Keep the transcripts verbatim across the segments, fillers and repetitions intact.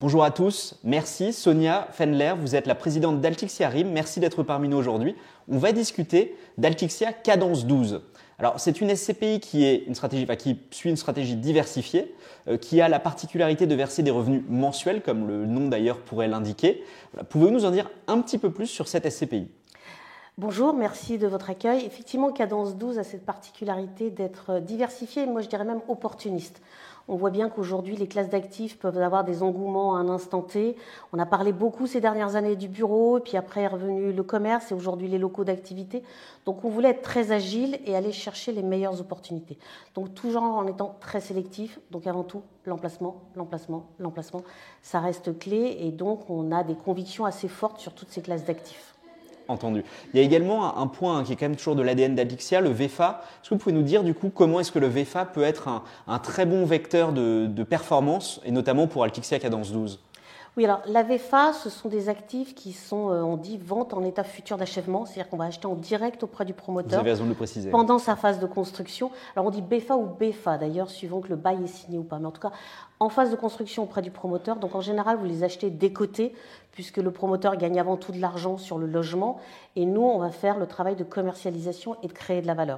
Bonjour à tous, merci Sonia Fendler, vous êtes la présidente d'Altixia R I M, merci d'être parmi nous aujourd'hui. On va discuter d'Altixia Cadence douze. Alors c'est une S C P I qui, est une stratégie, enfin, qui suit une stratégie diversifiée, euh, qui a la particularité de verser des revenus mensuels, comme le nom d'ailleurs pourrait l'indiquer. Voilà. Pouvez-vous nous en dire un petit peu plus sur cette S C P I ? Bonjour, merci de votre accueil. Effectivement, Cadence douze a cette particularité d'être diversifiée, moi je dirais même opportuniste. On voit bien qu'aujourd'hui, les classes d'actifs peuvent avoir des engouements à un instant T. On a parlé beaucoup ces dernières années du bureau, et puis après est revenu le commerce et aujourd'hui les locaux d'activité. Donc on voulait être très agile et aller chercher les meilleures opportunités. Donc toujours en étant très sélectif. Donc avant tout, l'emplacement, l'emplacement, l'emplacement, ça reste clé et donc on a des convictions assez fortes sur toutes ces classes d'actifs. Entendu. Il y a également un point qui est quand même toujours de l'A D N d'Altixia, le V F A. Est-ce que vous pouvez nous dire du coup comment est-ce que le V F A peut être un, un très bon vecteur de, de performance et notamment pour Altixia Cadence douze ? Oui, alors la V F A, ce sont des actifs qui sont, euh, on dit, vente en état futur d'achèvement, c'est-à-dire qu'on va acheter en direct auprès du promoteur. Vous avez raison de le préciser. Pendant sa phase de construction. Alors on dit B F A ou B F A d'ailleurs, suivant que le bail est signé ou pas. Mais en tout cas, en phase de construction auprès du promoteur. Donc en général, vous les achetez décotés, puisque le promoteur gagne avant tout de l'argent sur le logement. Et nous, on va faire le travail de commercialisation et de créer de la valeur.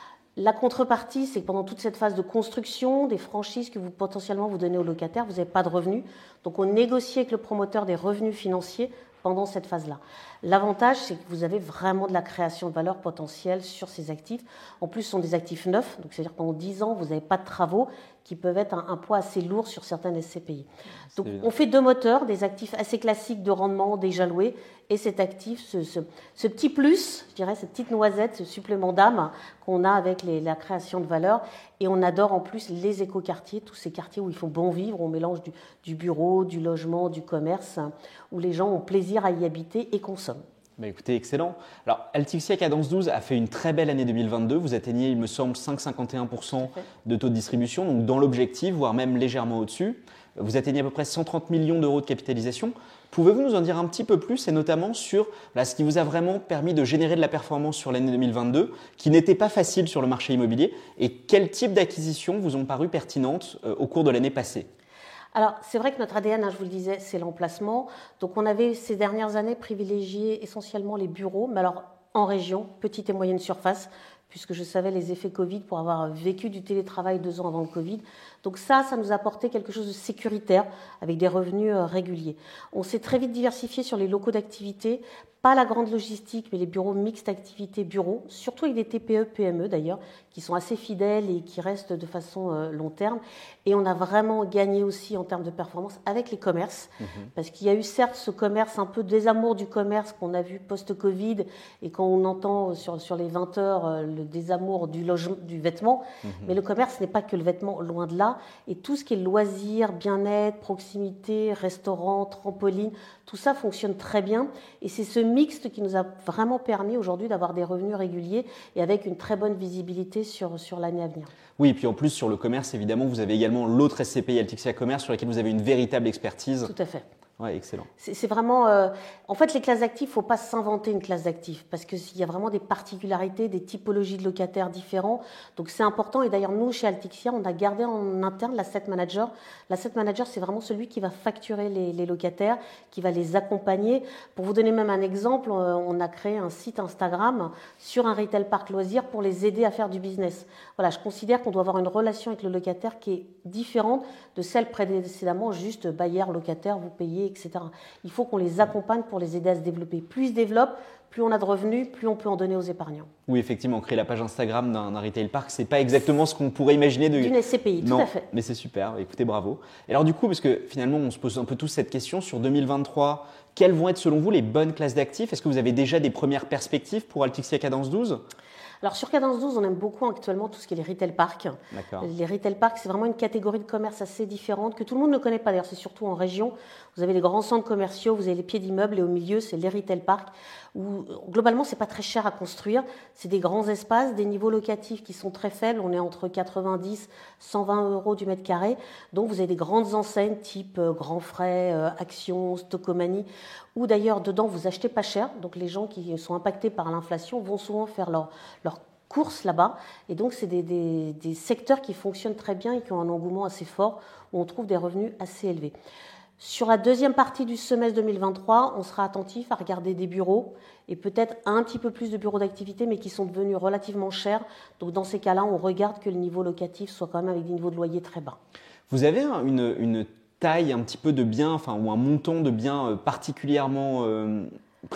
La contrepartie, c'est que pendant toute cette phase de construction, des franchises que vous potentiellement vous donnez aux locataires, vous n'avez pas de revenus. Donc on négocie avec le promoteur des revenus financiers pendant cette phase-là. L'avantage, c'est que vous avez vraiment de la création de valeur potentielle sur ces actifs. En plus, ce sont des actifs neufs, donc c'est-à-dire pendant dix ans, vous n'avez pas de travaux qui peuvent être un, un poids assez lourd sur certaines S C P I. Donc on fait deux moteurs, des actifs assez classiques de rendement déjà loués et cet actif, ce, ce, ce petit plus, je dirais, cette petite noisette, ce supplément d'âme qu'on a avec les, la création de valeur. Et on adore en plus les écoquartiers, tous ces quartiers où il faut bon vivre, on mélange du, du bureau, du logement, du commerce, où les gens ont plaisir à y habiter et consomment. Bah écoutez, excellent. Alors, Altixia Cadence douze a fait une très belle année deux mille vingt-deux. Vous atteignez, il me semble, cinq virgule cinquante et un pour cent de taux de distribution, donc dans l'objectif, voire même légèrement au-dessus. Vous atteignez à peu près cent trente millions d'euros de capitalisation. Pouvez-vous nous en dire un petit peu plus, et notamment sur là, ce qui vous a vraiment permis de générer de la performance sur l'année deux mille vingt-deux, qui n'était pas facile sur le marché immobilier, et quel type d'acquisitions vous ont paru pertinentes euh, au cours de l'année passée ? Alors, c'est vrai que notre A D N, hein, je vous le disais, c'est l'emplacement. Donc, on avait ces dernières années privilégié essentiellement les bureaux, mais alors en région, petite et moyenne surface, puisque je savais les effets Covid pour avoir vécu du télétravail deux ans avant le Covid. Donc ça, ça nous a apporté quelque chose de sécuritaire avec des revenus réguliers. On s'est très vite diversifié sur les locaux d'activité, pas la grande logistique, mais les bureaux mixtes activité bureaux, surtout avec des T P E, P M E d'ailleurs, qui sont assez fidèles et qui restent de façon euh, long terme. Et on a vraiment gagné aussi en termes de performance avec les commerces, mmh. parce qu'il y a eu certes ce commerce, un peu désamour du commerce qu'on a vu post-Covid, et quand on entend sur, sur les vingt heures euh, le désamour du, logement, du vêtement, mmh. mais le commerce n'est pas que le vêtement, loin de là, et tout ce qui est loisirs, bien-être, proximité, restaurant, trampoline, tout ça fonctionne très bien, et c'est ce mixte qui nous a vraiment permis aujourd'hui d'avoir des revenus réguliers et avec une très bonne visibilité sur, sur l'année à venir. Oui, et puis en plus sur le commerce, évidemment, vous avez également l'autre S C P I Altixia Commerce sur laquelle vous avez une véritable expertise. Tout à fait. Ouais, excellent. C'est, c'est vraiment, euh, en fait, les classes d'actifs, il ne faut pas s'inventer une classe d'actifs parce qu'il y a vraiment des particularités, des typologies de locataires différents. Donc c'est important. Et d'ailleurs, nous, chez Altixia, on a gardé en interne l'asset manager. L'asset manager, c'est vraiment celui qui va facturer les, les locataires, qui va les accompagner. Pour vous donner même un exemple, on a créé un site Instagram sur un retail park loisir pour les aider à faire du business. Voilà, je considère qu'on doit avoir une relation avec le locataire qui est différente de celle précédemment, juste bailleur, locataire, vous payez, et cetera. Il faut qu'on les accompagne pour les aider à se développer. Plus ils se développent, plus on a de revenus, plus on peut en donner aux épargnants. Oui, effectivement, créer la page Instagram d'un, d'un retail park, c'est pas exactement ce qu'on pourrait imaginer de... d'une S C P I, non, tout à fait. Mais c'est super, écoutez, bravo. Et alors du coup, parce que finalement, on se pose un peu tous cette question, sur deux mille vingt-trois, quelles vont être selon vous les bonnes classes d'actifs ? Est-ce que vous avez déjà des premières perspectives pour Altixia Cadence douze ? Alors sur Cadence douze, on aime beaucoup actuellement tout ce qui est les retail parks. D'accord. Les retail parks, c'est vraiment une catégorie de commerce assez différente que tout le monde ne connaît pas. D'ailleurs, c'est surtout en région. Vous avez les grands centres commerciaux, vous avez les pieds d'immeubles et au milieu, c'est les retail parks où globalement, c'est pas très cher à construire. C'est des grands espaces, des niveaux locatifs qui sont très faibles. On est entre quatre-vingt-dix et cent vingt euros du mètre carré. Donc, vous avez des grandes enseignes type euh, Grand Frais, euh, Action, Stocomanie, où d'ailleurs, dedans, vous achetez pas cher. Donc, les gens qui sont impactés par l'inflation vont souvent faire leur, leur courses là-bas. Et donc, c'est des, des, des secteurs qui fonctionnent très bien et qui ont un engouement assez fort, où on trouve des revenus assez élevés. Sur la deuxième partie du semestre deux mille vingt-trois, on sera attentif à regarder des bureaux et peut-être un petit peu plus de bureaux d'activité, mais qui sont devenus relativement chers. Donc dans ces cas-là, on regarde que le niveau locatif soit quand même avec des niveaux de loyer très bas. Vous avez une, une taille un petit peu de bien, enfin, ou un montant de biens particulièrement euh, privilégié ?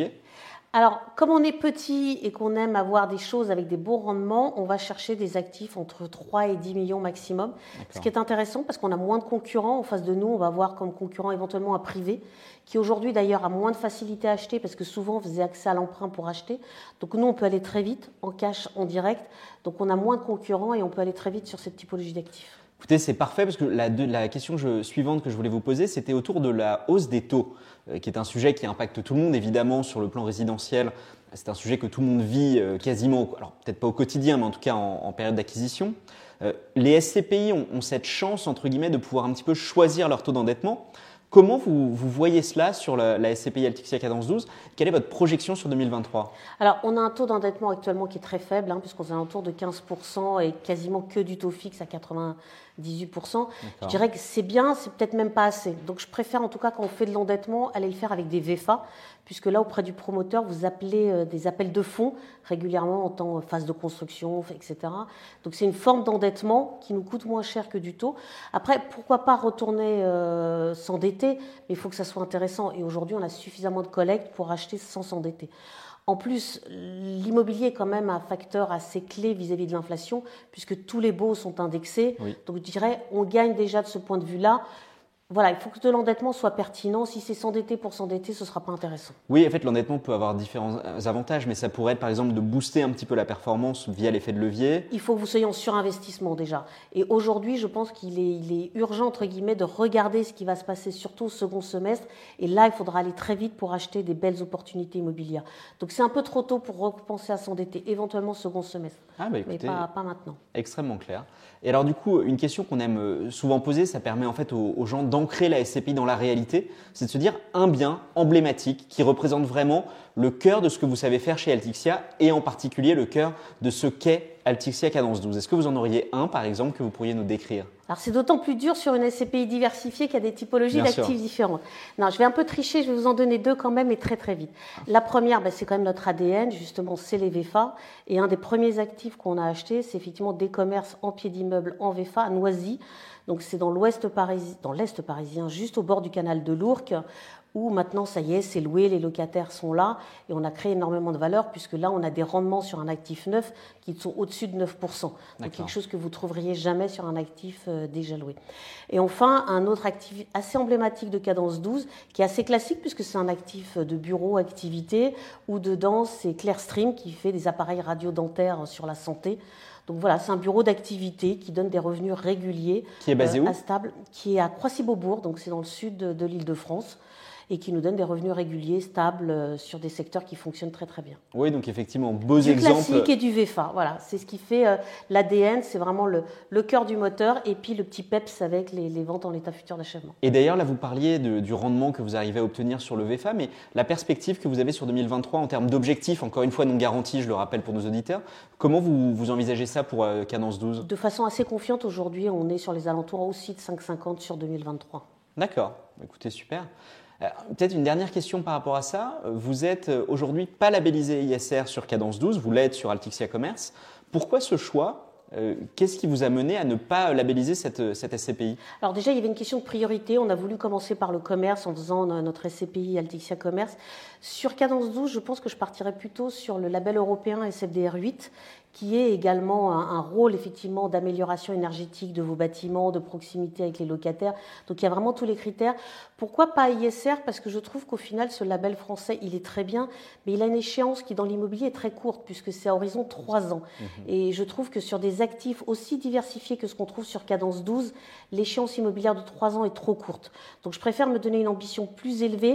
Alors, comme on est petit et qu'on aime avoir des choses avec des beaux rendements, on va chercher des actifs entre trois et dix millions maximum. D'accord. Ce qui est intéressant parce qu'on a moins de concurrents. En face de nous, on va voir comme concurrent éventuellement un privé qui aujourd'hui d'ailleurs a moins de facilité à acheter parce que souvent on faisait accès à l'emprunt pour acheter. Donc nous, on peut aller très vite en cash, en direct. Donc on a moins de concurrents et on peut aller très vite sur cette typologie d'actifs. Écoutez, c'est parfait parce que la, de, la question que je, suivante que je voulais vous poser, c'était autour de la hausse des taux, euh, qui est un sujet qui impacte tout le monde, évidemment, sur le plan résidentiel. C'est un sujet que tout le monde vit euh, quasiment, alors peut-être pas au quotidien, mais en tout cas en, en période d'acquisition. Euh, les S C P I ont, ont cette chance, entre guillemets, de pouvoir un petit peu choisir leur taux d'endettement. Comment vous, vous voyez cela sur la, la S C P I Altixia Cadence douze ? Quelle est votre projection sur deux mille vingt-trois ? Alors, on a un taux d'endettement actuellement qui est très faible, hein, puisqu'on est à autour de quinze pour cent et quasiment que du taux fixe à quatre-vingt-dix-huit pour cent. D'accord. Je dirais que c'est bien, c'est peut-être même pas assez. Donc, je préfère en tout cas quand on fait de l'endettement, aller le faire avec des V F A, puisque là, auprès du promoteur, vous appelez euh, des appels de fonds régulièrement en temps phase de construction, et cetera. Donc, c'est une forme d'endettement qui nous coûte moins cher que du taux. Après, pourquoi pas retourner euh, s'endetter, mais il faut que ça soit intéressant. Et aujourd'hui, on a suffisamment de collecte pour acheter sans s'endetter. En plus, l'immobilier est quand même un facteur assez clé vis-à-vis de l'inflation, puisque tous les baux sont indexés. Oui. Donc, je dirais, on gagne déjà de ce point de vue-là. Voilà, il faut que l'endettement soit pertinent. Si c'est s'endetter pour s'endetter, ce ne sera pas intéressant. Oui, en fait, l'endettement peut avoir différents avantages, mais ça pourrait être, par exemple, de booster un petit peu la performance via l'effet de levier. Il faut que vous soyez en surinvestissement déjà. Et aujourd'hui, je pense qu'il est, il est urgent, entre guillemets, de regarder ce qui va se passer, surtout au second semestre. Et là, il faudra aller très vite pour acheter des belles opportunités immobilières. Donc, c'est un peu trop tôt pour repenser à s'endetter, éventuellement second semestre. Ah bah écoutez, mais pas, pas maintenant. Extrêmement clair. Et alors, du coup, une question qu'on aime souvent poser, ça permet en fait aux, aux gens d'ancrer la S C P I dans la réalité, c'est de se dire un bien emblématique qui représente vraiment le cœur de ce que vous savez faire chez Altixia et en particulier le cœur de ce qu'est Altixia Cadence douze. Est-ce que vous en auriez un, par exemple, que vous pourriez nous décrire ? Alors, c'est d'autant plus dur sur une S C P I diversifiée qui a des typologies d'actifs différentes. Non, je vais un peu tricher, je vais vous en donner deux quand même et très très vite. La première, ben, c'est quand même notre A D N, justement, c'est les V F A. Et un des premiers actifs qu'on a acheté, c'est effectivement des commerces en pied d'immeuble en V F A à Noisy. Donc, c'est dans l'ouest parisien, dans l'est parisien, juste au bord du canal de l'Ourcq, où maintenant, ça y est, c'est loué, les locataires sont là, et on a créé énormément de valeur, puisque là, on a des rendements sur un actif neuf qui sont au-dessus de neuf pour cent. Donc, quelque chose que vous ne trouveriez jamais sur un actif euh, déjà loué. Et enfin, un autre actif assez emblématique de Cadence douze, qui est assez classique, puisque c'est un actif de bureau, activité, où dedans, c'est Clearstream, qui fait des appareils radiodentaires sur la santé. Donc voilà, c'est un bureau d'activité qui donne des revenus réguliers. Qui est basé euh, où ? Stable, qui est à Croissy-Beaubourg, donc c'est dans le sud de, de l'Île-de-France, et qui nous donne des revenus réguliers, stables, euh, sur des secteurs qui fonctionnent très très bien. Oui, donc effectivement, beaux du exemples. Du classique et du V F A, voilà, c'est ce qui fait euh, l'A D N, c'est vraiment le, le cœur du moteur, et puis le petit peps avec les, les ventes en état futur d'achèvement. Et d'ailleurs, là, vous parliez de, du rendement que vous arrivez à obtenir sur le V F A, mais la perspective que vous avez sur deux mille vingt-trois en termes d'objectifs, encore une fois non garantis, je le rappelle pour nos auditeurs, comment vous, vous envisagez ça pour euh, Cadence douze ? De façon assez confiante, aujourd'hui, on est sur les alentours aussi de cinq virgule cinquante sur deux mille vingt-trois. D'accord, écoutez, super. Euh, peut-être une dernière question par rapport à ça. Vous êtes aujourd'hui pas labellisé I S R sur Cadence douze, vous l'êtes sur Altixia Commerce. Pourquoi ce choix ? Euh, qu'est-ce qui vous a mené à ne pas labelliser cette, cette S C P I ? Alors déjà, il y avait une question de priorité. On a voulu commencer par le commerce en faisant notre S C P I Altixia Commerce. Sur Cadence douze, je pense que je partirais plutôt sur le label européen S F D R huit, qui est également un, un rôle effectivement d'amélioration énergétique de vos bâtiments, de proximité avec les locataires. Donc il y a vraiment tous les critères. Pourquoi pas I S R ? Parce que je trouve qu'au final, ce label français, il est très bien, mais il a une échéance qui, dans l'immobilier, est très courte, puisque c'est à horizon trois ans. Mmh. Et je trouve que sur des actifs aussi diversifiés que ce qu'on trouve sur Cadence douze, l'échéance immobilière de trois ans est trop courte. Donc je préfère me donner une ambition plus élevée,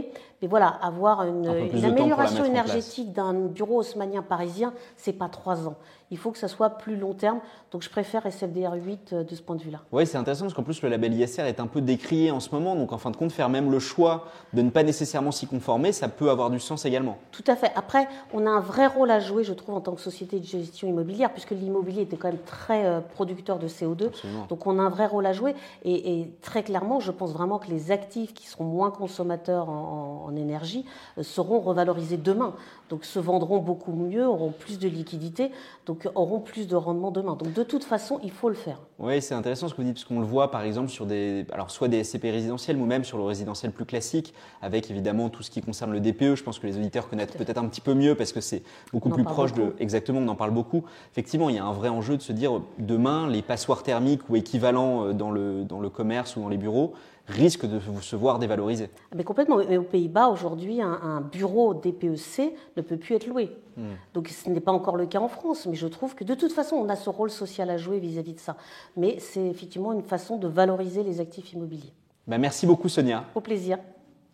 Mais voilà, avoir une, Un peu plus une de temps pour la amélioration mettre en place. énergétique d'un bureau haussmannien parisien, c'est pas trois ans. Il faut que ça soit plus long terme. Donc je préfère S F D R huit de ce point de vue-là. Oui, c'est intéressant parce qu'en plus le label I S R est un peu décrié en ce moment. Donc en fin de compte, faire même le choix de ne pas nécessairement s'y conformer, ça peut avoir du sens également. Tout à fait. Après, on a un vrai rôle à jouer, je trouve, en tant que société de gestion immobilière, puisque l'immobilier était quand même très euh, producteur de C O deux. Absolument. Donc on a un vrai rôle à jouer. Et, et très clairement, je pense vraiment que les actifs qui seront moins consommateurs en, en, en énergie euh, seront revalorisés demain. Donc se vendront beaucoup mieux, auront plus de liquidité, donc auront plus de rendement demain. Donc de toute façon, il faut le faire. Oui, c'est intéressant ce que vous dites, parce qu'on le voit par exemple sur des, alors soit des S C P résidentiels ou même sur le résidentiel plus classique, avec évidemment tout ce qui concerne le D P E. Je pense que les auditeurs connaissent peut-être un petit peu mieux parce que c'est beaucoup On en plus parle proche beaucoup. de. Exactement, on en parle beaucoup. Effectivement, il y a un vrai enjeu de se dire demain, les passoires thermiques ou équivalents dans le, dans le commerce ou dans les bureaux risquent de se voir dévalorisés. Mais complètement. Mais aux Pays-Bas, aujourd'hui, un, un bureau D P E C ne peut plus être loué. Mmh. Donc ce n'est pas encore le cas en France, mais je trouve que de toute façon, on a ce rôle social à jouer vis-à-vis de ça. Mais c'est effectivement une façon de valoriser les actifs immobiliers. Ben, merci beaucoup Sonia. Au plaisir.